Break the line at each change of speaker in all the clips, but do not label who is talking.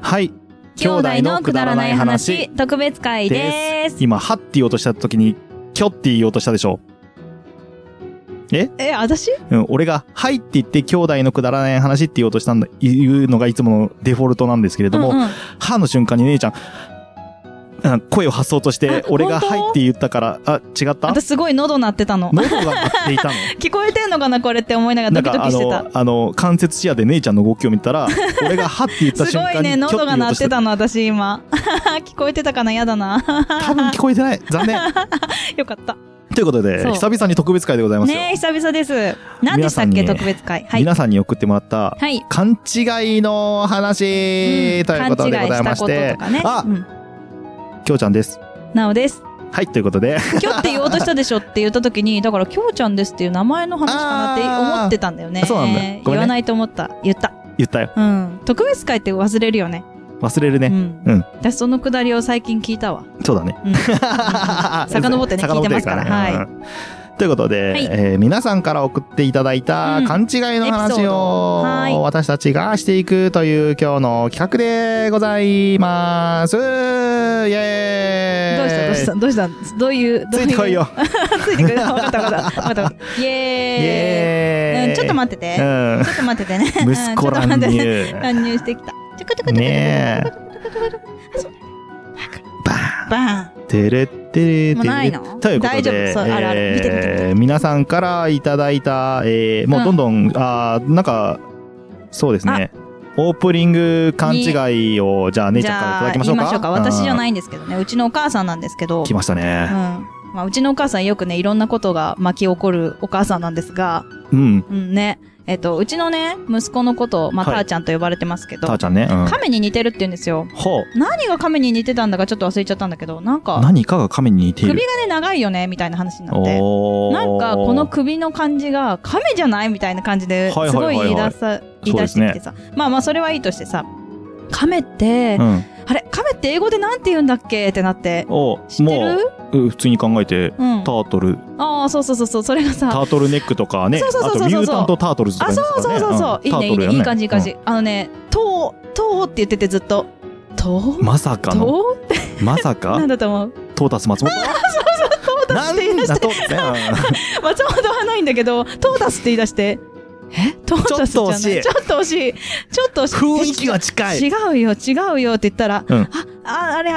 はい。兄弟のくだらない話、
特別会です。
今、はって言おうとした時に、きょって言おうとしたでしょ。
私？
うん、俺が、はいって言って、兄弟のくだらない話って言おうとしたんだ、言うのがいつものデフォルトなんですけれども、はの瞬間に姉ちゃん、声を発そうとして、俺がはいって言ったから、違った？
私すごい喉鳴ってたの。
喉が鳴っていたの
聞こえてんのかなこれって思いながらドキドキしてた。
関節視野で姉ちゃんの動きを見たら、俺がはって言った瞬間に、
すごいね、喉が鳴ってたの、私今。聞こえてたかな？やだな。
多分聞こえてない。残念。
よかった。
ということで、久々に特別会でございますよ。
ねえ、久々です。何でしたっけ、特別会。
はい。皆さんに送ってもらった、勘違いの話、ということでございまして。きょうちゃんです。
なおです。
はい、ということで。
きょって言おうとしたでしょって言った時に、だからきょうちゃんですっていう名前の話かなって思ってたんだよね。
そうなんだ。
言わないと思った。言った
よ。
うん。特別会って忘れるよね。
忘れるね。うん。
私そのくだりを最近聞いたわ。
そうだね。
遡ってね、聞いてますから。はい。
ということで、皆さんから送っていただいた勘違いの話を私たちがしていくという今日の企画でございます。イエーイ。
どうしたどういう。
ついてこいよ。
ついてくる。わかった。イエーイ。ちょっと待ってて。ちょっと待っててね。
息子乱入。
乱入してきた。
ねえ。バーン。てれってれ
もうないの？
ということで、皆さんからいただいた、もうどんどん、なんか、そうですね。オープニング勘違いを、じゃあ姉ちゃんからいただきましょうか。
言いましょうか。私じゃないんですけどね。うちのお母さんなんですけど。
来ましたね。
まあ、うちのお母さんよくね、いろんなことが巻き起こるお母さんなんですが。ね。うちのね、息子のことを、たーちゃんと呼ばれてますけど。
たーちゃんね。
亀に似てるって言うんですよ。何が亀に似てたんだかちょっと忘れちゃったんだけど、なんか。
何かが亀に似ている。
首がね、長いよね、みたいな話になって。なんか、この首の感じが、亀じゃないみたいな感じで、すごい言い出してきてさ。まあ、それはいいとしてさ、亀って、あれ、亀って英語でなんて言うんだっけってなって。知ってる？
普通に考えて、タートル。
そう、それがさ。
タートルネックとかね。あとミュータントタートルズとかね。
そう。いいね、いい感じ。トーって言っててずっと。トー？
まさかの。まさか？
なんだと思う？
トータス松本？
そう、トータスって言い出して。松本はないんだけど、トータスって言い出して。トータスじゃない？ちょっと惜しい。
雰囲気が近い。
違うよって言ったら、あれ。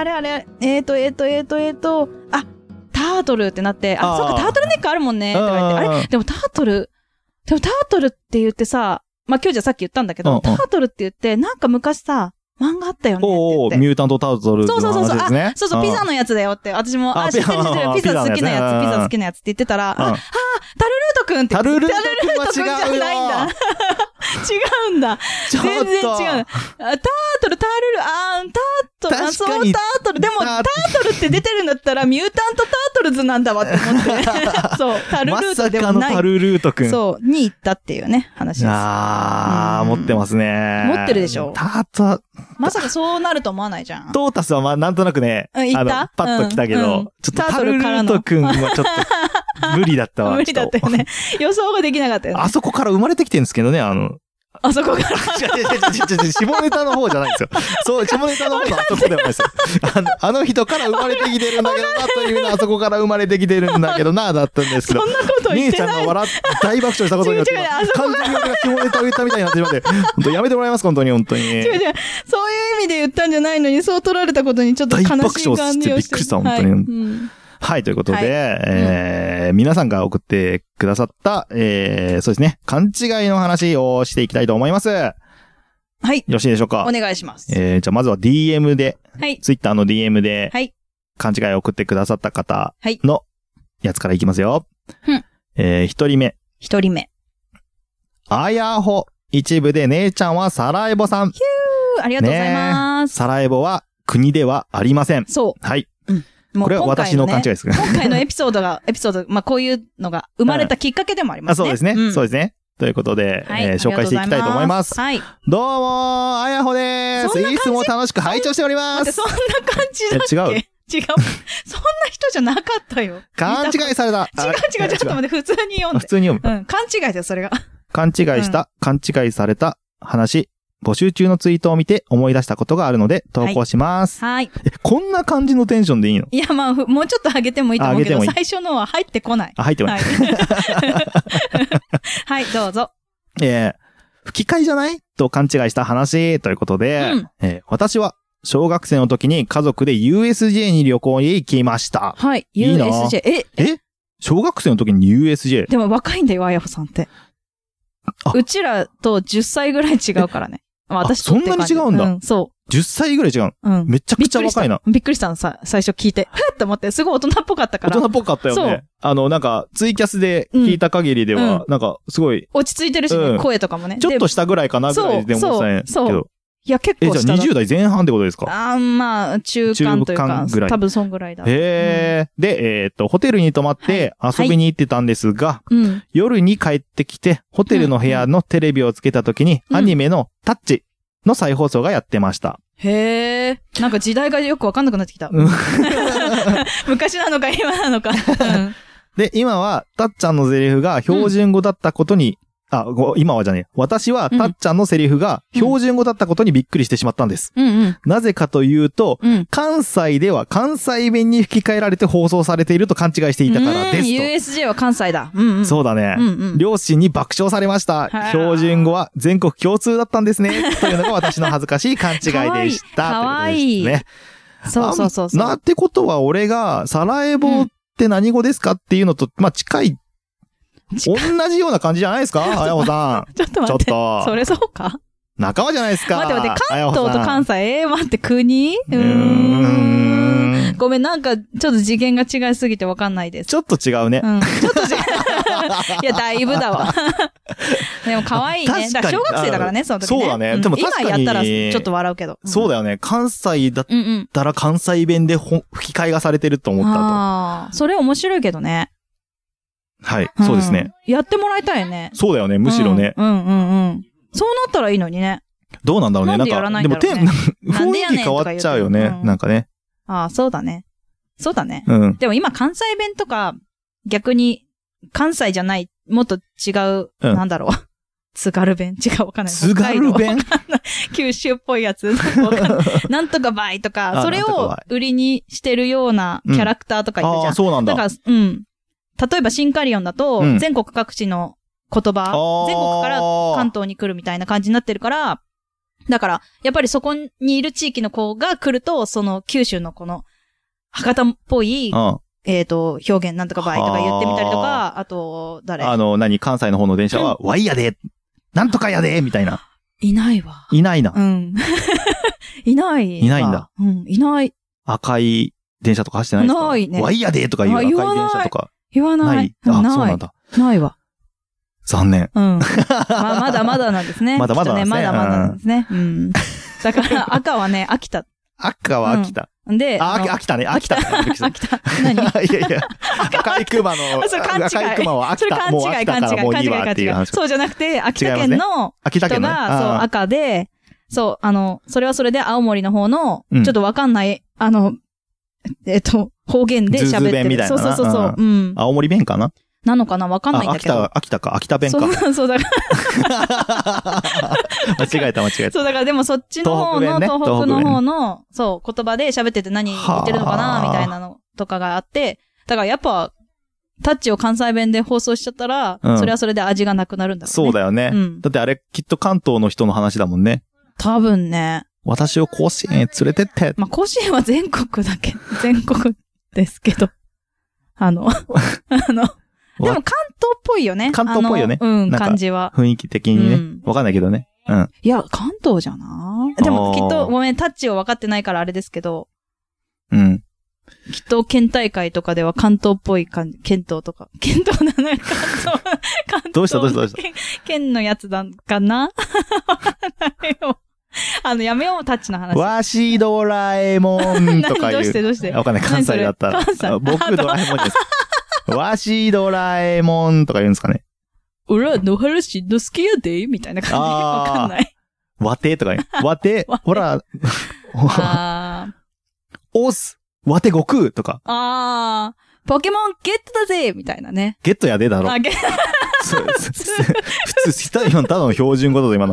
タートルってなって、そっか、タートルネックあるもんね。って言われて、でもタートルって言ってさ、今日じゃさっき言ったんだけど、タートルって言って、なんか昔さ、漫画あったよねって言って。
ミュータントタートルズの話ですね。
そう、ピザのやつだよって。私も、知ってる。ピザ好きなやつって言ってたら、タルルートくんって言って。タルルートくんじゃないんだ。違うんだ。全然違う。タートル、でもタートルって出てるんだったら、ミュータントタートルズなんだわって思って。そう、タルルートでもない。
まさかのタルルートくん。
そう、に行ったっていうね、話です。
持ってますね。
持ってるでしょ。
ま
さかそうなると思わないじゃん。
トータスはなんとなくね、パッと来たけど、ちょっとタルルートくんはちょっと無理だったわ。
無理だったよね。予想ができなかったよね。
あそこから生まれてきてるんですけどね、
あそこから。
下ネタの方じゃないんですよ。そう、下ネタの方のあそこではないですよ。あの人から生まれてきてるんだけどな、というのはあそこから生まれてきてるんだけどな、だったんですけど。
そんなこと言ってない。
姉ちゃんが大爆笑したことによって、完全に俺が下ネタを言ったみたいになってしまって、本当やめてもらいます、本当に。
違う。そういう意味で言ったんじゃないのに、そう取られたことにちょっと悲しい感じをして。
大爆笑してびっくりした、本当に。はい、ということで、皆さんが送ってくださった、そうですね、勘違いの話をしていきたいと思います。
はい。よ
ろしいでしょうか？
お願いします。
じゃあまずは DM で、ツイッターの DM で、勘違いを送ってくださった方のやつからいきますよ。一人目。あやほ、一部で姉ちゃんはサラエボさん。
ありがとうございます。
サラエボは国ではありません。
そう。
はい。これは私の勘違いです。
今回のエピソード、こういうのが生まれたきっかけでもありますね。
そうですね。そうですね。ということで、紹介していきたいと思います。
はい。
どうも、あやほです。いつも楽しく拝聴しております。
そんな感じだっけ？違う。そんな人じゃなかったよ。
勘違いされた。
違う。ちょっと待って、普通に読んで。
普通に読む。
勘違いだよ、それが。
勘違いされた話、 募集中のツイートを見て思い出したことがあるので投稿します。
はい。
こんな感じのテンションでいいの？
いや、まあ、もうちょっと上げてもいいと思うけど、最初のは入ってこない。
入ってこない。
はい、どうぞ。
吹き替えじゃないと勘違いした話ということで、私は小学生の時に家族で USJ に旅行に行きました。
はい、USJ。
小学生の時に USJ？
でも若いんだよ、あやほさんって。うちらと10歳ぐらい違うからね。私と
そんなに違うんだ。
うん、そう。
10歳ぐらい違う。
うん。
めちゃくちゃ若いな。
びっくりしたのさ、最初聞いて。ふって思って、すごい大人っぽかったから。
大人っぽかったよね。なんか、ツイキャスで聞いた限りでは、なんか、すごい。
落ち着いてるしね、声とかもね。
ちょっとしたぐらいかなぐらいで思ってたんですけど。
いや、結構
じゃあ20代前半ってことですか？
まあ、中間というか、多分そんぐらいだ。
で、ホテルに泊まって遊びに行ってたんですが、夜に帰ってきて、ホテルの部屋のテレビをつけた時に、アニメのタッチの再放送がやってました。
へー。なんか時代がよくわかんなくなってきた。昔なのか今なのか。
で、今は、たっちゃんのセリフが標準語だったことに、今はじゃねえ。私は、たっちゃんのセリフが標準語だったことにびっくりしてしまったんです。なぜかというと、関西では関西弁に吹き替えられて放送されていると勘違いしていたからですと。
USJ は関西だ。
そうだね。両親に爆笑されました。標準語は全国共通だったんですね。というのが私の恥ずかしい勘違いでした。
かわいい。ね。そう。
なってことは、俺が、サラエボって何語ですかっていうのと、まあ、近い。同じような感じじゃないですかあやほさん。
ちょっと待って。それそうか
仲間じゃないですか。
待って、関東と関西、待って、国ごめん、なんか、ちょっと次元が違いすぎてわかんないです。
ちょっと違うね。
ちょっと違う。いや、だいぶだわ。でも可愛いね。だから小学生だからね、その時ね。
そうだね。でも確かに
今やったらちょっと笑うけど。
そうだよね。関西だったら関西弁で吹き替えがされてると思ったと。
それ面白いけどね。
はい、そうですね。
やってもらいたいよね。
そうだよね、むしろね。
そうなったらいいのにね。
どうなんだろうね。
なんでやらないんだろうね。
でも雰囲気変わっちゃうよね。なんかね。
そうだね。そうだね。でも今関西弁とか、逆に関西じゃない、もっと違う、なんだろう。津軽弁違うわかんない。
津軽弁
九州っぽいやつ。なんとかバイとか、それを売りにしてるようなキャラクターとかいるじゃん。
そうなんだ。
だから、例えばシンカリオンだと、全国各地の言葉、全国から関東に来るみたいな感じになってるから、だから、やっぱりそこにいる地域の子が来ると、その九州のこの、博多っぽい、表現なんとかバイとか言ってみたりとか、あと、
関西の方の電車は、ワイヤで、なんとかやで、みたいな。
いないわ。
いないな。
いない。
いないんだ。
いない。
赤い電車とか走ってないですか？
ないね。
ワイヤでとかいう赤い電車とか。
言わない。
そうなんだ。
ないわ。
残念。
まだまだなんですね。
まだまだ
なんですね。だから赤はね、秋田。
赤は秋田。
で、
秋田ね、秋田。
何
いや、赤い熊の、赤い熊は秋田、もう秋田からもういいわっていう話。
そうじゃなくて、秋田県の人が、そう、赤で、そう、それはそれで青森の方の、ちょっとわかんない、方言で喋ってる。
みたいな。
そう。
青森弁かな
なのかなわかんないんだけど。
秋田弁か。
そうだから。
間違えた。
そうだからでもそっちの方の、東北の方の、そう、言葉で喋ってて何言ってるのかなみたいなのとかがあって、だからやっぱ、タッチを関西弁で放送しちゃったら、それはそれで味がなくなるんだろうね。
そうだよね。だってあれきっと関東の人の話だもんね。
多分ね。
私を甲子園へ連れてって。
まあ、甲子園は全国全国ですけど。でも関東っぽいよね。
関東っぽいよね。
感じは。
雰囲気的にね。わかんないけどね。
いや、関東じゃな。でもきっと、ごめん、タッチを分かってないからあれですけど。きっと県大会とかでは関東っぽい感じ、県東とか。県東なのよ、関東。
どうした
県のやつだかなやめよう、タッチの話。
わしドラえもんとか言う。
どうして
わかんない、関西だったら。僕ドラえもんです。わしドラえもんとか言うんですかね。
俺、野原しんの好きやでみたいな感じ。わかんない。
わてとかね。わて、ほら、おす、わて悟空とか。
ポケモンゲットだぜみたいなね。
ゲットやでだろ。普通、ただの標準語だぞ、今の。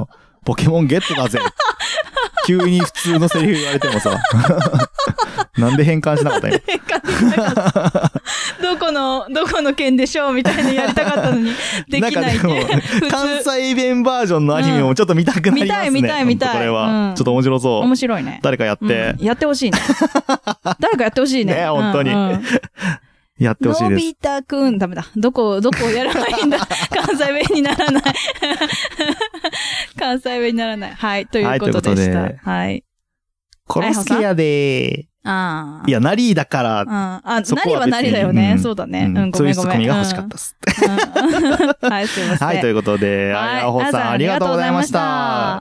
ポケモンゲットだぜ。急に普通のセリフ言われてもさ。なんで変換しなかったんや。
変換しなかった。どこの県でしょうみたいなやりたかったのに、できないって。なんかでも、
関西弁バージョンのアニメもちょっと見たくなりますね。
見たい。
これは、ちょっと面白そう。
面白いね。
誰かやって。
やってほしいね。誰かやってほしいね。
ね、本当に。やってほしいです。
のび太くん、ダメだ。どこをやればいいんだ。関西弁にならない。関西弁にならない。はい、ということでした。はい。
殺すやでー。いや、ナリーだから。
ナリーはナリーだよね。そうだね。ごめん。
そういうツッコミが欲しかったっす。
はい、すいません。
はい、ということで、あやほさんありがとうございました。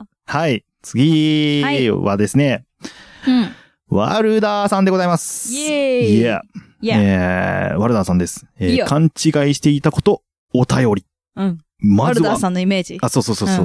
はい、次はですね、ワルダーさんでございます。
イェーイ。
ワルダーさんです。勘違いしていたこと、お便り。
ワルダーさんのイメージ。
あ、そう。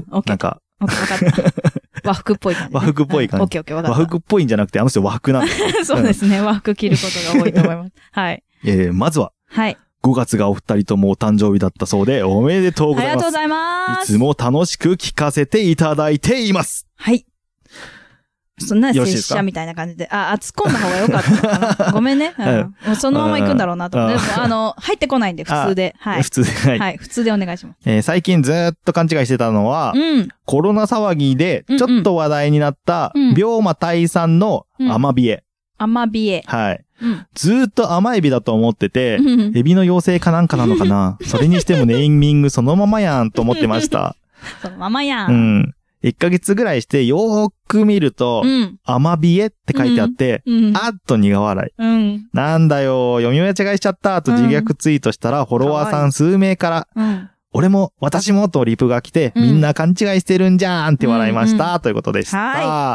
なんか、
わかった。和服っぽい感じ。
和服っぽい感じ。
オッケー、わかった。
和服っぽいんじゃなくて、あの人和服なんだ。
そうですね。和服着ることが多いと思います。はい。
まずは。
はい。
5月がお二人ともお誕生日だったそうで、おめでとうございます。
ありがとうございます。
いつも楽しく聞かせていただいています。
はい。そんな拙者みたいな感じで。突っ込んだ方がよかったかな。ごめんね。もうそのまま行くんだろうなと思って。でも、入ってこないんで、普通で。はい。
普通で。
はい。普通でお願いします。
最近ずっと勘違いしてたのは、コロナ騒ぎでちょっと話題になった、病魔退散のアマビエ。
アマビエ。
はい。ずーっと甘エビだと思ってて、エビの妖精かなんかなのかな。それにしてもネーミングそのままやんと思ってました。
そのままやん。
1ヶ月ぐらいしてよーく見ると、アマビエって書いてあって、あっと苦笑い。なんだよ、読み間違いしちゃったと自虐ツイートしたら、フォロワーさん数名から、俺も、私もとリプが来て、みんな勘違いしてるんじゃーんって笑いました、ということでした。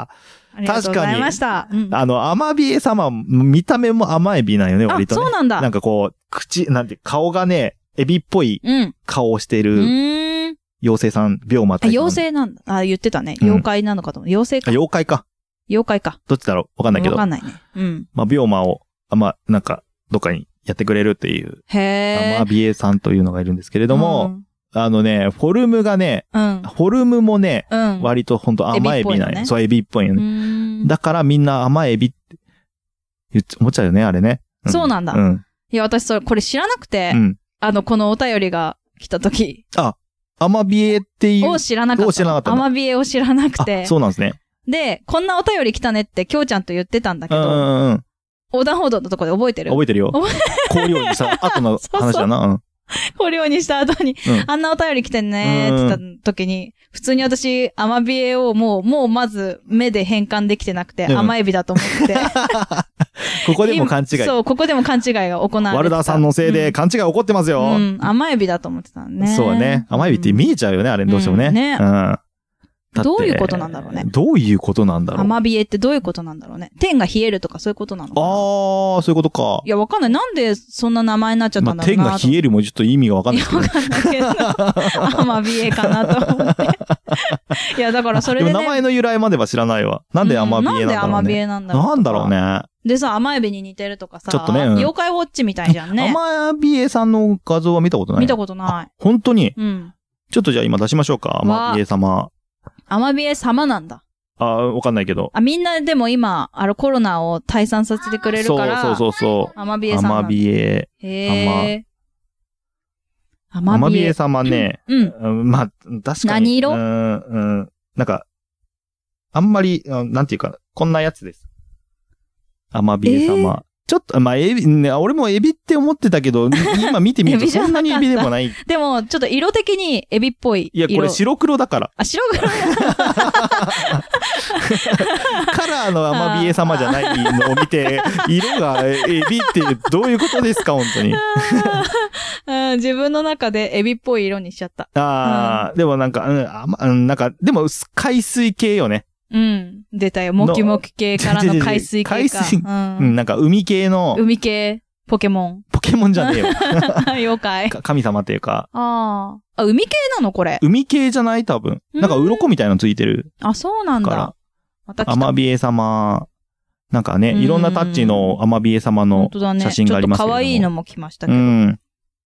確かに、アマビエ様、見た目も甘エビなんよね、割とね。
そうなんだ。
なんかこう、顔がね、エビっぽい顔をしてる。妖精さん、病魔退散。
妖精なんだ。言ってたね。妖怪なのかと思う。妖精か。
妖怪か。
妖怪か。
どっちだろうわかんないけど。
わかんないね。
病魔を、なんか、どっかにやってくれるっていう。アマビエさんというのがいるんですけれども、フォルムがね、フォルムもね、割とほんと甘エビなんや。そう、エビっぽいよね。だからみんな甘エビって思っちゃうよね、あれね。
そうなんだ。いや、私これ知らなくて、このお便りが来た時。
アマビエっていう。
を知らなかった。アマビエを知らなくて。
そうなんですね。
で、こんなお便り来たねって、きょうちゃんと言ってたんだけど、横断歩道のとこで覚えてる？
覚えてるよ。考慮にした後の話だな。
考慮にした後に、あんなお便り来てんねーって言った時に、普通に私、アマビエをもうまず目で変換できてなくて、甘エビだと思って。
ここでも勘違い。
そう、ここでも勘違いが行われてた。
ワルダーさんのせいで勘違い起こってますよ。
甘エビだと思ってたね。
そうね。甘エビって見えちゃうよね、あれ、どうしてもね。
ね。どういうことなんだろうね。
どういうことなんだろう。
アマビエってどういうことなんだろうね。天が冷えるとかそういうことなのかな。
そういうことか。
いや、わかんない。なんでそんな名前になっちゃったんだろうな。
天が冷えるもちょっと意味がわかんない。
わかんないけど。アマビエかなと思って。いや、だからそれで、ね。
でも名前の由来までは知らないわ。なんでアマビエなんだろうね。
なんでアマビエなんだろう。
なんだろうね。
でさ、甘エビに似てるとかさ。
ちょっとね。
妖怪ウォッチみたいじゃんね。
アマビエさんの画像は見たことない。
見たことない。
本当にちょっとじゃあ今出しましょうか。アマビエ様。
アマビエ様なんだ。
わかんないけど。
みんなでも今、コロナを退散させてくれるから。
そう。
アマビエ様。
アマビエ。アマビエ様ね。まあ、確かに。
何色？
なんか、あんまり、なんていうか、こんなやつです。アマビエ様。ちょっと、エビ、ね、俺もエビって思ってたけど、今見てみるとそんなにエビでもない。
でも、ちょっと色的にエビっぽい。
いや、これ白黒だから。
白黒
カラーのアマビエ様じゃないのを見て、色がエビってどういうことですか、本当に。
自分の中でエビっぽい色にしちゃった。
でもなんか、なんか、でも海水系よね。
出たよ。モキモキ系からの海水系か。海水、
なんか海系の。
海系、ポケモン。
ポケモンじゃねえよ。
妖怪。
神様っていうか。
海系なのこれ。
海系じゃない多分。なんか鱗みたいなのついてる。
そうなんだ。
またアマビエ様。なんかね、いろんなタッチのアマビエ様の写真がありますけど。
ちょっと可愛いのも来ましたけど。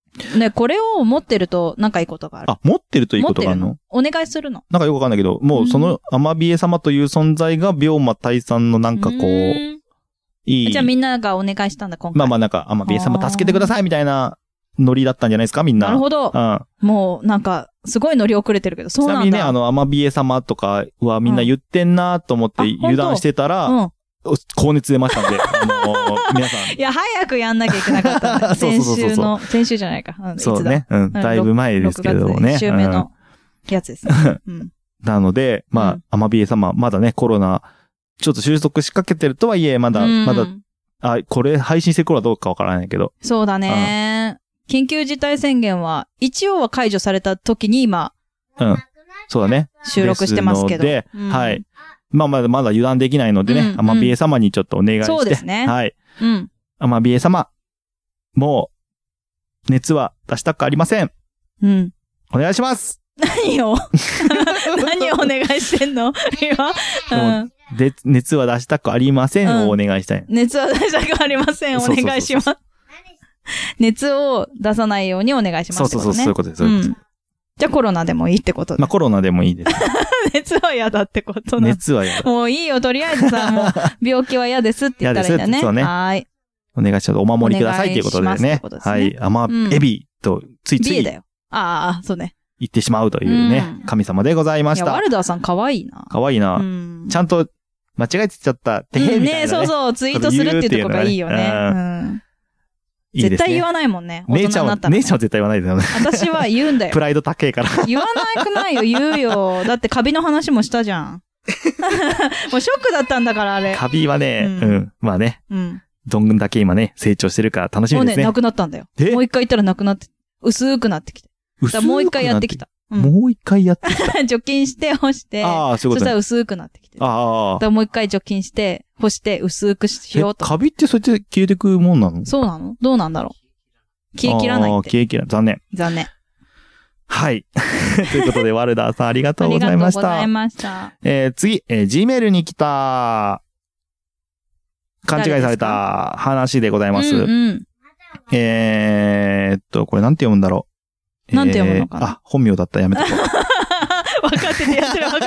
ね、これを持ってると仲いいことがある。
あ、持ってるといいことがあるの？
お願いするの。
なんかよくわかんないけど、もうそのアマビエ様という存在が病魔退散のなんかこう、いい。
じゃあみんながお願いしたんだ、今回。
まあまあなんか、アマビエ様助けてくださいみたいなノリだったんじゃないですか、みんな。
なるほど。うん。もうなんか、すごいノリ遅れてるけど、そうなんだ。
ちなみにね、アマビエ様とかはみんな言ってんなと思って油断してたら、高熱出ましたんで、皆さん。
いや、早くやんなきゃいけなかったんだ。先週じゃないか。
そうね。だいぶ前ですけどもね。
1週目のやつですね。
なので、まあ、アマビエ様、まだね、コロナ、ちょっと収束しかけてるとはいえ、まだ、これ配信してくるかどうかわからないけど。
そうだね。緊急事態宣言は、一応は解除された時に今、
そうだね。
収録してますけど。
はい。まあまだ油断できないのでね、アマビエ様にちょっとお願いして。
そうですね。
はい。アマビエ様、もう、熱は出したくありません。お願いします。
何を何をお願いしてんの今。
熱は出したくありませんをお願いしたい。
熱は出したくありません。お願いします。熱を出さないようにお願いします。
そういうことです。
じゃあコロナでもいいってことで。
まあコロナでもいいです。
熱は嫌だってことな。
熱は嫌だ。
もういいよ、とりあえずさ、もう病気は嫌ですって言ったらいいんだね。
そうね。
はい。
お願いします。お守りくださいっていうことでね。はい。エビとついつい。
ビエだよ。ああ、そうね。
言ってしまうというね、神様でございました。いや、
ワルダーさん可愛いな。
可愛いな。ちゃんと間違えてちゃったってみたいなね。
そうそう、ツイートするっていうとこがいいよね。絶対言わないもんね。大人になったら。
姉ちゃんは絶対言わないだよね。
私は言うんだよ。
プライド高えから。
言わなくないよ、言うよ。だってカビの話もしたじゃん。もうショックだったんだから、あれ。
カビはね、まあね。どんだけ今ね、成長してるか楽しみですね。もうね、
なくなったんだよ。もう一回言ったらなくなって、薄くなってきて。もう一回やってきた。
もう一回やってきた。
除菌して干して、そしたら薄くなってきて。だからもう一回除菌して、干して薄くしようと。
カビってそうやって消えてくもんなの？
そうなの？どうなんだろう？消え切らないって。
消え切らない。残念。
残念。
はい。ということで、ワルダーさんありがとうございました。
ありがとうございました。
次、Gmail に来た、勘違いされた話でございます。これなんて読むんだろ
う。なんて読むのかな？
本名だったらやめとこう。
分かっててやってる。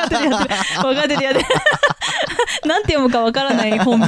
なんて読むか分からない本名。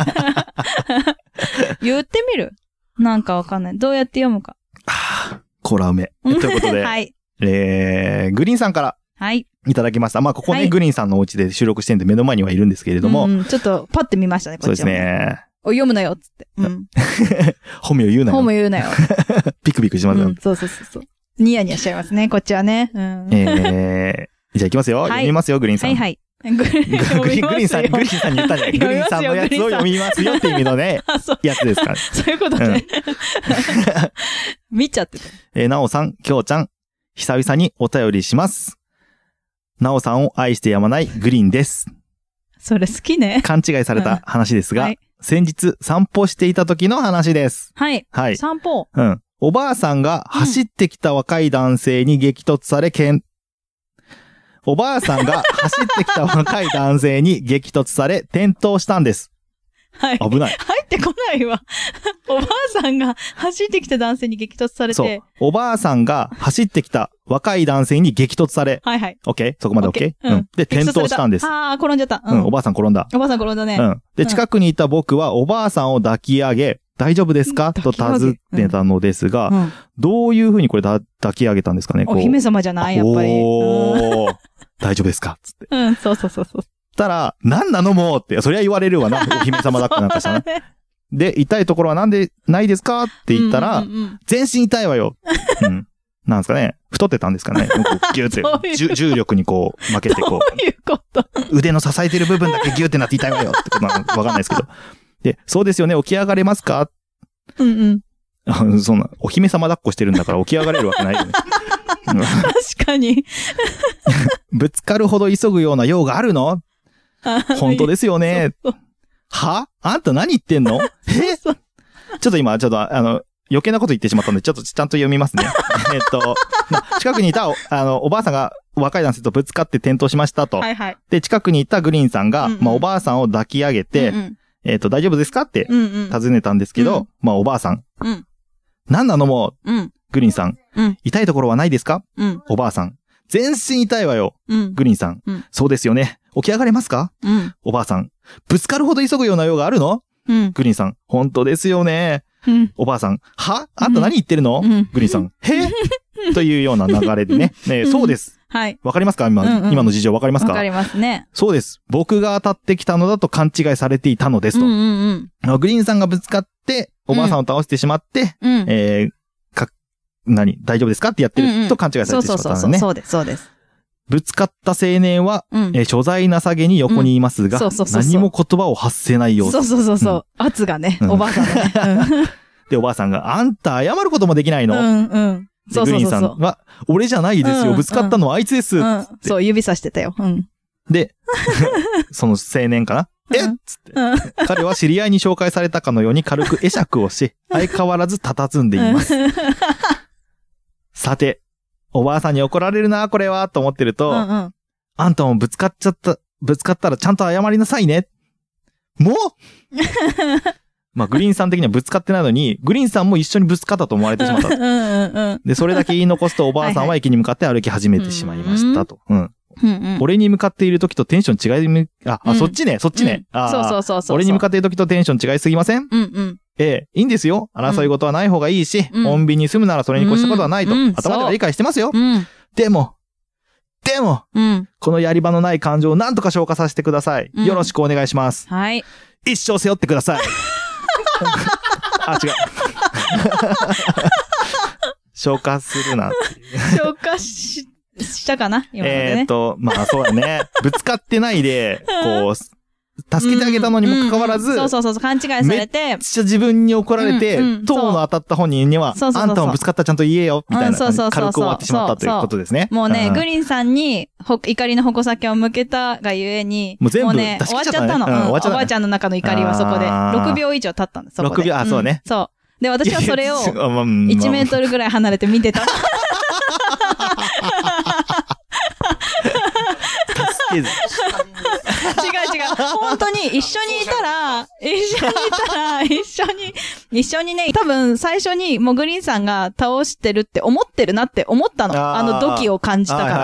言ってみる？なんか分かんない。どうやって読むか。
コラ梅。ということで。はい。グリーンさんから。はい。いただきました。まあ、ここね、グリーンさんのお家で収録してるんで目の前にはいるんですけれども。
ちょっとパッて見ましたね、こっちは。そうですね。読むなよ、つって。
本名言うなよ。
本名言うなよ。
ビクビクしますよ。
そう。ニヤニヤしちゃいますね、こっちはね。じゃあ
行きますよ。読みますよ、グリーンさん。はい。グリーンさんに言ったんじゃない？グリーンさんのやつを読みますよって意味のね、やつですから。
そういうことね。見ちゃって
た。なおさん、きょうちゃん、久々にお便りします。なおさんを愛してやまないグリーンです。
それ好きね。
勘違いされた話ですが、先日散歩していた時の話です。
はい。散歩。
おばあさんが走ってきた若い男性に激突されおばあさんが走ってきた若い男性に激突され転倒したんです。
はい。
危ない。
入ってこないわ。おばあさんが走ってきた男性に激突されて。そう。
おばあさんが走ってきた若い男性に激突され。
はいはい。
オッケー？そこまでオッケー？で、転倒したんです。
転んじゃった。
おばあさん転んだ。
おばあさん転んだね。
で、近くにいた僕はおばあさんを抱き上げ、大丈夫ですかと尋ねたのですが、どういう風にこれ抱き上げたんですかね？
お姫様じゃない？やっぱり。
大丈夫ですかつって。
そう。
たら、なんなのもうって、そりゃ言われるわな、お姫様だってなんかしたな。で、痛いところはなんでないですかって言ったら、全身痛いわよ。なんですかね。太ってたんですかね。ギューって、重力にこう、負けてこう。
どういうこと？
腕の支えてる部分だけギューってなって痛いわよってことなのわかんないですけど。で、そうですよね、起き上がれますか？そんな、お姫様抱っこしてるんだから起き上がれるわけないよね。
確かに。
ぶつかるほど急ぐような用があるの？本当ですよね。は？あんた何言ってんの？ちょっと今、余計なこと言ってしまったんで、ちょっとちゃんと読みますね。近くにいた、おばあさんが若い男性とぶつかって転倒しましたと。で、近くにいたグリーンさんが、おばあさんを抱き上げて、大丈夫ですかって尋ねたんですけど、おばあさん。何なのもう、ググリーンさん。痛いところはないですか？おばあさん。全身痛いわよ。グリーンさん。そうですよね。起き上がれますか？おばあさん。ぶつかるほど急ぐような用があるの？グリーンさん。本当ですよね。おばあさん。は？あんた何言ってるの？グリーンさん。へ？というような流れでね。そうです。
はい。
わかりますか？今の事情わかりますか？
わかりますね。
そうです。僕が当たってきたのだと勘違いされていたのですと。グリーンさんがぶつかって、おばあさんを倒してしまって、大丈夫ですかってやってると勘違いされてしまったんですね。
そうです、そうです。
ぶつかった青年は、所在なさげに横にいますが、何も言葉を発せないようです。
そう。圧がね、おばあさんがね。
で、おばあさんが、あんた謝ることもできないの？グリーンさんは、俺じゃないですよ。ぶつかったのはあいつです。
そう、指さしてたよ。
で、その青年かな？つって。彼は知り合いに紹介されたかのように軽く会釈をし、相変わらず佇んでいます。さて、おばあさんに怒られるな、これは、と思ってると、あんたもぶつかったらちゃんと謝りなさいね。もうまあ、グリーンさん的にはぶつかってないのに、グリーンさんも一緒にぶつかったと思われてしまった。で、それだけ言い残すとおばあさんは駅に向かって歩き始めてしまいましたと。俺に向かっている時とテンション違い、そっちね。
そう。
俺に向かっている時とテンション違いすぎません？いいんですよ。争い事はない方がいいし、穏便に済むならそれに越したことはないと、頭では理解してますよ。でも、このやり場のない感情を何とか消化させてください。よろしくお願いします。
はい。
一生背負ってください。違う。消化するなっていう。
消化したかな今までね。
まあそうだね。ぶつかってないで、こう、助けてあげたのにもかかわらず、
そう、勘違いされて。
めっちゃ自分に怒られて、塔の当たった本人には、あんたもぶつかったらちゃんと言えよ、みたいな。軽く終わってしまったということですね。
もうね、グリーンさんに怒りの矛先を向けたがゆえに、
もう全部
ね、終わっちゃったの。おばあちゃんの中の怒りはそこで。6秒以上経ったんです、そこで。
6秒、そうね。
そう。で、私はそれを、1メートルぐらい離れて見てた。違う。本当に一緒にいたら、一緒にね、多分最初にもうグリーンさんが倒してるって思ってるなって思ったの。土器を感じたから。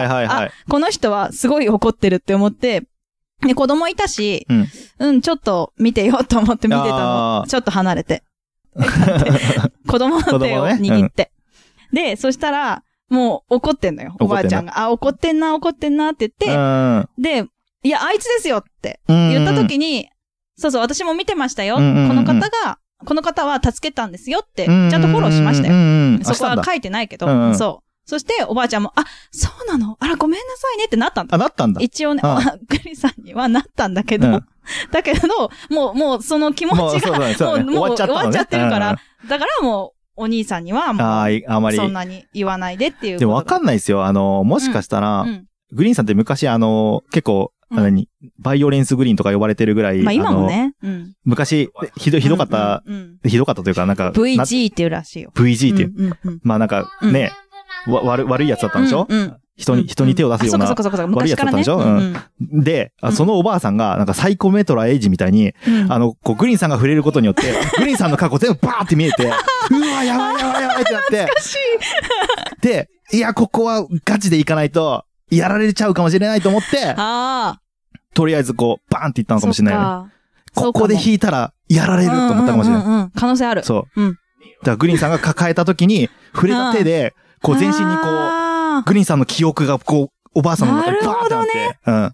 この人はすごい怒ってるって思って、で、子供いたし、ちょっと見てよと思って見てたの。ちょっと離れて。子供の手を握って。で、そしたら、もう怒ってんのよ、おばあちゃんが。怒ってんなって言って、で、いや、あいつですよって言った時に、そう、私も見てましたよ。この方は助けたんですよって、ちゃんとフォローしましたよ。そこは書いてないけど、そう。そして、おばあちゃんも、そうなの？ごめんなさいねってなったんだ。
なったんだ。
一応ね、グリさんにはなったんだけど、だけど、もうその気持ちが、もう終わっちゃってるから、だからもう、お兄さんにはもう、あまりそんなに言わないでっていう。
でもわかんないですよ。もしかしたら、グリーンさんって昔結構、バイオレンスグリーンとか呼ばれてるぐらい、
まあ今もね、
昔、ひどかったというか、なんか、
VG っていうらしいよ。
VG っていう。まあなんかね、悪いやつだったんでしょ？人に手を出すような悪いやつだったんでしょ？で、そのおばあさんが、なんかサイコメトラエイジみたいに、こうグリーンさんが触れることによって、グリーンさんの過去全部バーって見えて、うわ、やばいってなって。
懐かしい。
で、いや、ここはガチでいかないと、やられちゃうかもしれないと思って、とりあえずこう、バーンっていったのかもしれないよね。ここで引いたら、やられると思ったかもしれない。
可能性ある。
そう。だからグリーンさんが抱えた時に、触れた手で、こう全身にこう、グリーンさんの記憶がこう、おばあさんの中にバーってなって。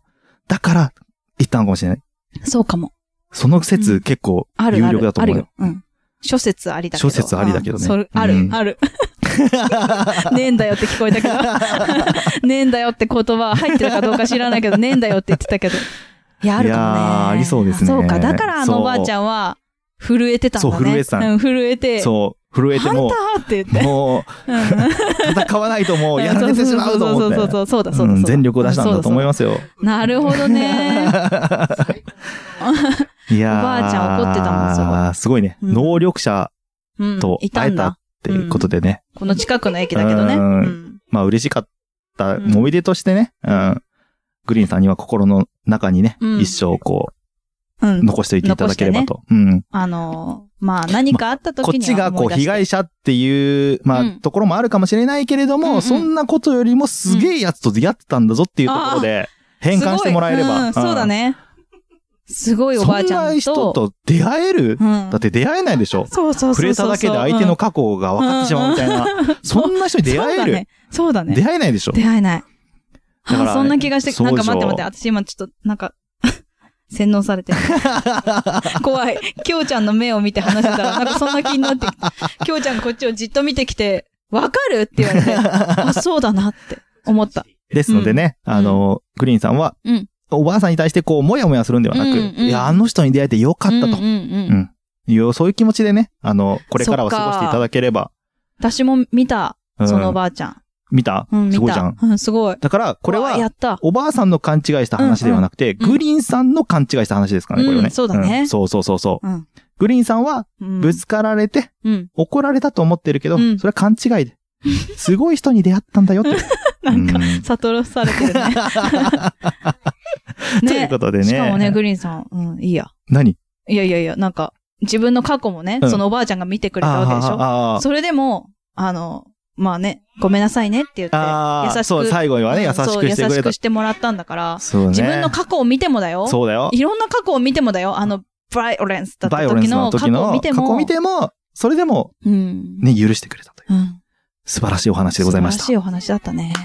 だから、言ったのかもしれない。
そうかも。
その説結構、有力だと思うよ。
諸説ありだけど。
諸説ありだけどね。
ある。ねえんだよって聞こえたけど。ねえんだよって言葉入ってるかどうか知らないけど、ねえんだよって言ってたけど。いや、あるかもね。
ありそうですね。
そうか。だからおばあちゃんは、震えてたんだね。
そう、震えてた。
震えて。
そう。震えても、
って言って
もう、戦わないともうやられてしまうと思って。
そうだ。
全力を出したんだと思いますよ。
なるほどね。
いやー、
おばあちゃん怒ってたもん、
すごいね。能力者と会えたっていうことでね。
この近くの駅だけどね。
まあ嬉しかった思い出としてね、グリーンさんには心の中にね、一生こう、 残しておいていただければと。うん。
まあ何かあった時には
こっちがこう被害者っていう、まあところもあるかもしれないけれども、そんなことよりもすげえやつと出会ってたんだぞっていうところで変換してもらえれば。
そうだね。すごいおばあちゃんと。そんな
人と出会える、だって出会えないでしょ。
そう。
触れただけで相手の過去が分かってしまうみたいな。そんな人に出会える。
そうだね。
出会えないでしょ。
出会えない。だからそんな気がして、なんか待って。私今ちょっと、なんか、洗脳されてる。怖い。きょうちゃんの目を見て話してたら、なんかそんな気になってきて、きょうちゃんがこっちをじっと見てきて、わかるって言われて、あ、そうだなって思った。
ですのでね、グリーンさんは、おばあさんに対してこう、もやもやするんではなく、いや、あの人に出会えてよかったと。そういう気持ちでね、これからは過ごしていただければ。
私も見た、そのおばあちゃん。
見た？すごいじゃん。
すごい。
だから、これは、おばあさんの勘違いした話ではなくて、グリーンさんの勘違いした話ですからね、これはね。
そうだね。
そう。グリーンさんは、ぶつかられて、怒られたと思ってるけど、それは勘違いで。すごい人に出会ったんだよって。
なんか、悟らされてるね。
ということでね。
しかもね、グリーンさん、いいや。
何？
いや、なんか、自分の過去もね、そのおばあちゃんが見てくれたわけでしょ。それでも、まあね、ごめんなさいねって言って、優しく。
そう、最後にはね、優しくしてくれた。
優しくしてもらったんだから、自分の過去を見てもだよ。
そうだよ。
いろんな過去を見てもだよ。バイオレンスだった時の過去を見ても。
過去を見ても、それでも、ね、許してくれたという。素晴らしいお話でございました。
素晴らしいお話だったね。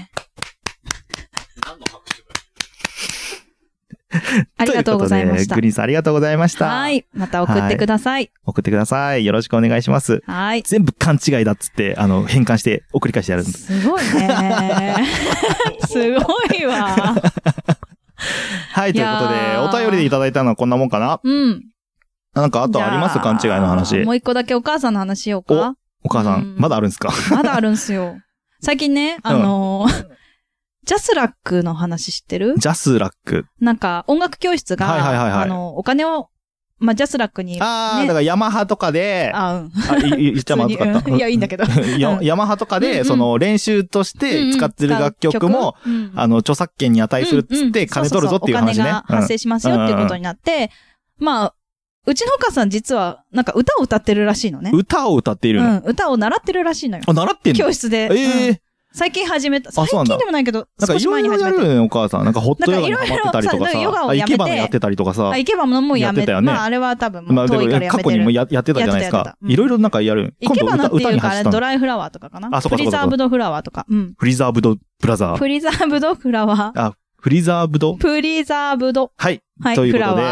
ありがとうございました。
グリーンさんありがとうございました。
はい。また送ってください。
送ってください。よろしくお願いします。
はい。
全部勘違いだっつって、変換して送り返してやるんです。
すごいね。すごいわ。
はい、ということで、お便りでいただいたのはこんなもんかな？なんかあとあります？勘違いの話。
もう一個だけお母さんの話しようか。
お母さん、まだあるんですか？
まだあるんすよ。最近ね、ジャスラックの話知ってる？
ジャスラック。
なんか、音楽教室が、お金を、まあ、ジャスラックに、
だからヤマハとかで、言っちゃまずかった。
いや、いいんだけど。
ヤマハとかで、その練習として使ってる楽曲も、著作権に値するっつって金取るぞっていう話ね。お金
が発生しますよっていうことになって、まあ、うちのお母さん実は、なんか歌を歌ってるらしいのね。
歌を歌っているの？
歌を習ってるらしいのよ。
習ってんの？
教室で。最近始めた。最近でもないけど、少し前に始めた。
なんかいろいろやるよね、お母さん。なんかホットヨガにハマってたりとかさ。
ヨガをやめて。
イケバのやってたりとかさ。
イケバのもやめて。まあ、あれは多分、遠いからやめてる。
過去にもやってたじゃないですか。いろいろなんかやる。
イケバのっていうか、あれ、ドライフラワーとかかな。フリザーブドフラワーとか。
フリザーブドブラザー。
フリザーブドフラワー。
フリザーブド？
フリザーブド。
はい。ということで、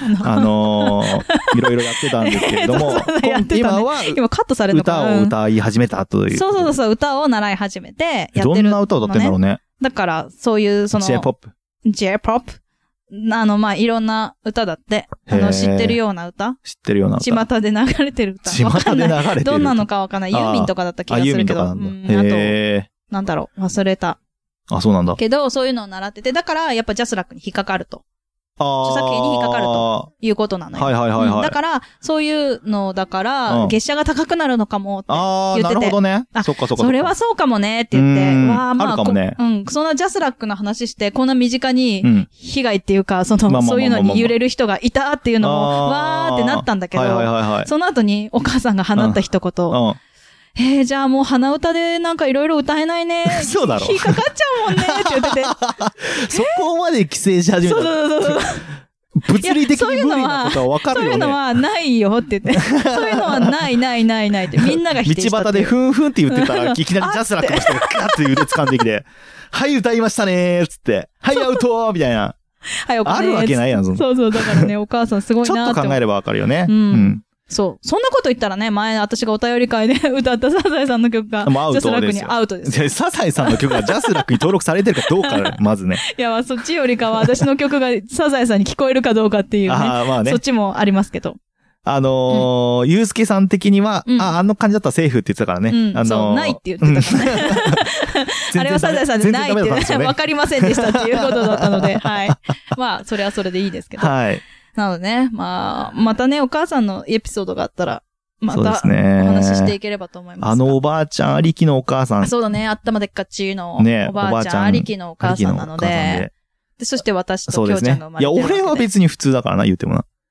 いろいろやってたんですけれども、
今カットされた
歌を歌い始めたという。
そう、歌を習い始めてやってる。
どんな歌を歌ってんだろうね。
だから、そういう、J-POP。まあ、いろんな歌だって。知ってるような歌？
知ってるような歌。
巷で流れてる歌。
巷で流れてる。
どんなのかわかんない。ユーミンとかだった気がするけど。あと、なんだろう、忘れた。
そうなんだ。
けど、そういうのを習ってて、だから、やっぱジャスラックに引っかかると。著作権に引っかかるということなのよ。
はい。
だから、そういうのだから、月謝が高くなるのかもって言ってて。
なるほどね。そっか。
それはそうかもねって言って。
まあ、あるかもね。
そんなジャスラックの話して、こんな身近に被害っていうか、そういうのに揺れる人がいたっていうのも、わーってなったんだけど、その後にお母さんが放った一言。じゃあもう鼻歌でなんかいろいろ歌えないね。
そうだろ。
引っかかっちゃうもんねって言ってて。
そこまで規制し始めた。
そう。
物理的に無理なことは分かるよね。
そういうのはないよって言って。そういうのはないってみんなが否定したって。
道端でふんふんって言ってたら、いきなりジャスラックの人がガッて腕掴んできて、はい、歌いましたねーつって、はい、アウトーみたいな。
はい、お金
あるわけないやん、
そう、だからね、お母さんすごいなって。
ちょっと考えれば分かるよね。
そう。そんなこと言ったらね、前私がお便り会で歌ったサザエさんの曲が、ジャスラックにアウトです。
サザエさんの曲がジャスラックに登録されてるかどうか、まずね。
いや、そっちよりかは私の曲がサザエさんに聞こえるかどうかっていうね。まあね。そっちもありますけど。
ゆうすけさん的には、あの感じだったらセーフって言ってたからね。
そう、ないって言ってたからね。あれはサザエさんでないってわかりませんでしたっていうことだったので、はい。まあ、それはそれでいいですけど。
はい。
なのでね、またね、お母さんのエピソードがあったら、またお話ししていければと思います。
おばあちゃんありきのお母さん。
そうだね、頭でっかちのおばあちゃんありきのお母さんなので、そして私ときょうちゃんが生まれてる。
いや、俺は別に普通だからな、言うてもな。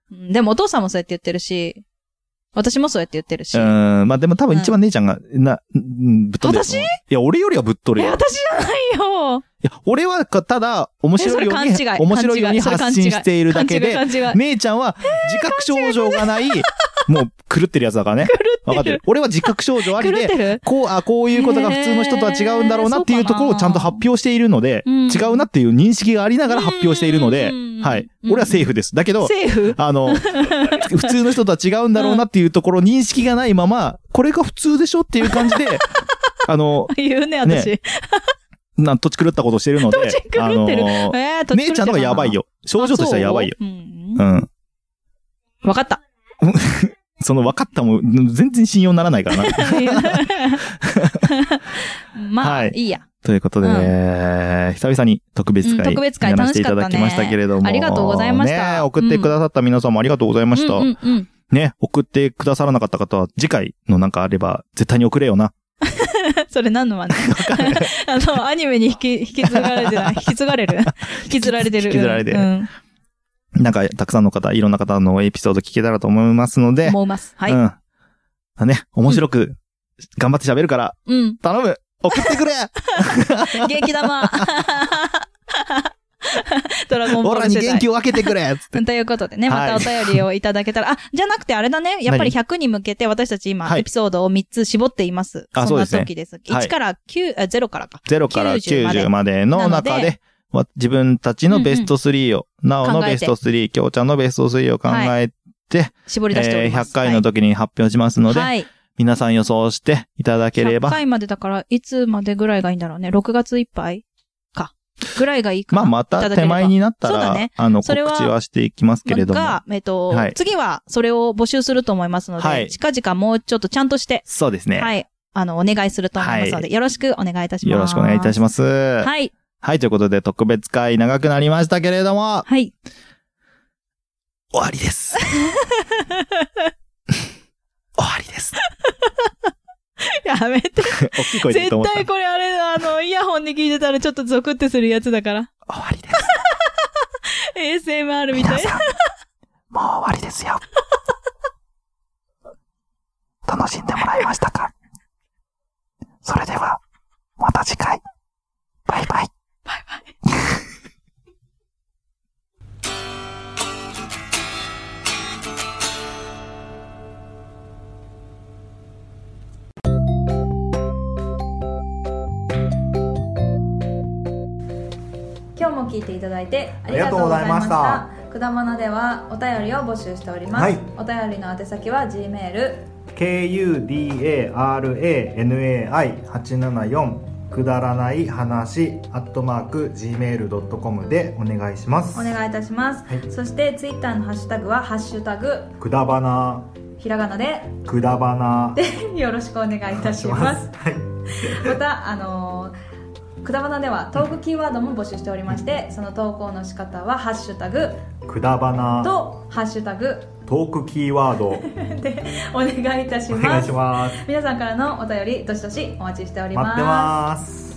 でもお父さんもそうやって言ってるし、私もそうやって言ってるし。
まあでも多分一番姉ちゃんが、ぶっ飛んでる。私？いや、俺よりはぶっ飛るよ。
私じゃないよ。
いや、俺はただ、面白いように発信しているだけで、姉ちゃんは自覚症状がない、もう狂ってるやつだからね。分かってる。俺は自覚症状ありで、こういうことが普通の人とは違うんだろうなっていうところをちゃんと発表しているので、違うなっていう認識がありながら発表しているので、はい。俺はセーフです。だけど、普通の人とは違うんだろうなっていうところ認識がないまま、これが普通でしょっていう感じで、
言うね、私。
土地狂ったことしてるので、姉ちゃんのがやばいよ。症状としてはやばいよ。うん。
わかった。
その分かったも全然信用ならないからな。
まあ、いいや。
ということで、久々に特別会やらせていただきましたけれども。
ありがとうございました。
ね、送ってくださった皆さんもありがとうございました。ね、送ってくださらなかった方は次回のなんかあれば絶対に送れよな。
それ何の真似？アニメに引き継がれてない。引き継がれる？引きずられてる。
引きずられてる。なんか、たくさんの方、いろんな方のエピソード聞けたらと思いますので。
思います。はい。
ね、面白く、頑張って喋るから。頼む！送ってくれ
元気玉ドラゴンボール世代。
オラに元気を分けてくれつって。
ということでね、またお便りをいただけたら。じゃなくてあれだね。やっぱり100に向けて私たち今、エピソードを3つ絞っています。そんな時です。1から9、0からか。
0から90までの中で、自分たちのベスト3を、なおのベスト3、きょうちゃんのベスト3を考えて、
絞り出しております。
100回の時に発表しますので、皆さん予想していただければ。
100回までだから、いつまでぐらいがいいんだろうね。6月いっぱいか。ぐらいがいいかな。
また手前になったら、告知はしていきますけれども。
次はそれを募集すると思いますので、近々もうちょっとちゃんとして。
そうですね。
はい。お願いすると思いますので、よろしくお願いいたします。
よろしくお願いいたします。
はい。
はい、ということで特別会長くなりましたけれども。
はい。
終わりです。終わりです。
やめて。
大きい声で言うと思った。
絶対これあれ、イヤホンに聞いてたらちょっとゾクってするやつだから。
終わりです。
ASMR みたい。
皆さん、もう終わりですよ。楽しんでもらえましたか？それでは、また次回。バイバイ。
バイバイ。今日も聞いていただいてありがとうございました。くだまなではお便りを募集しております。お便りの宛先は Gmail
kudaranai874くだらない話@gmail.com でお願いします。
お願いいたします。そしてツイッターのハッシュタグはハッシュタグ
くだばな、
ひらがなで
くだばな
でよろしくお願いいたします。またくだばなではトークキーワードも募集しておりまして、その投稿の仕方はハッシュタグ
くだばな
とハッシュタグ
トークキーワード
でお願いいたします。
お願いします。
皆さんからのお便りどしどしお待ちしております。
待ってます。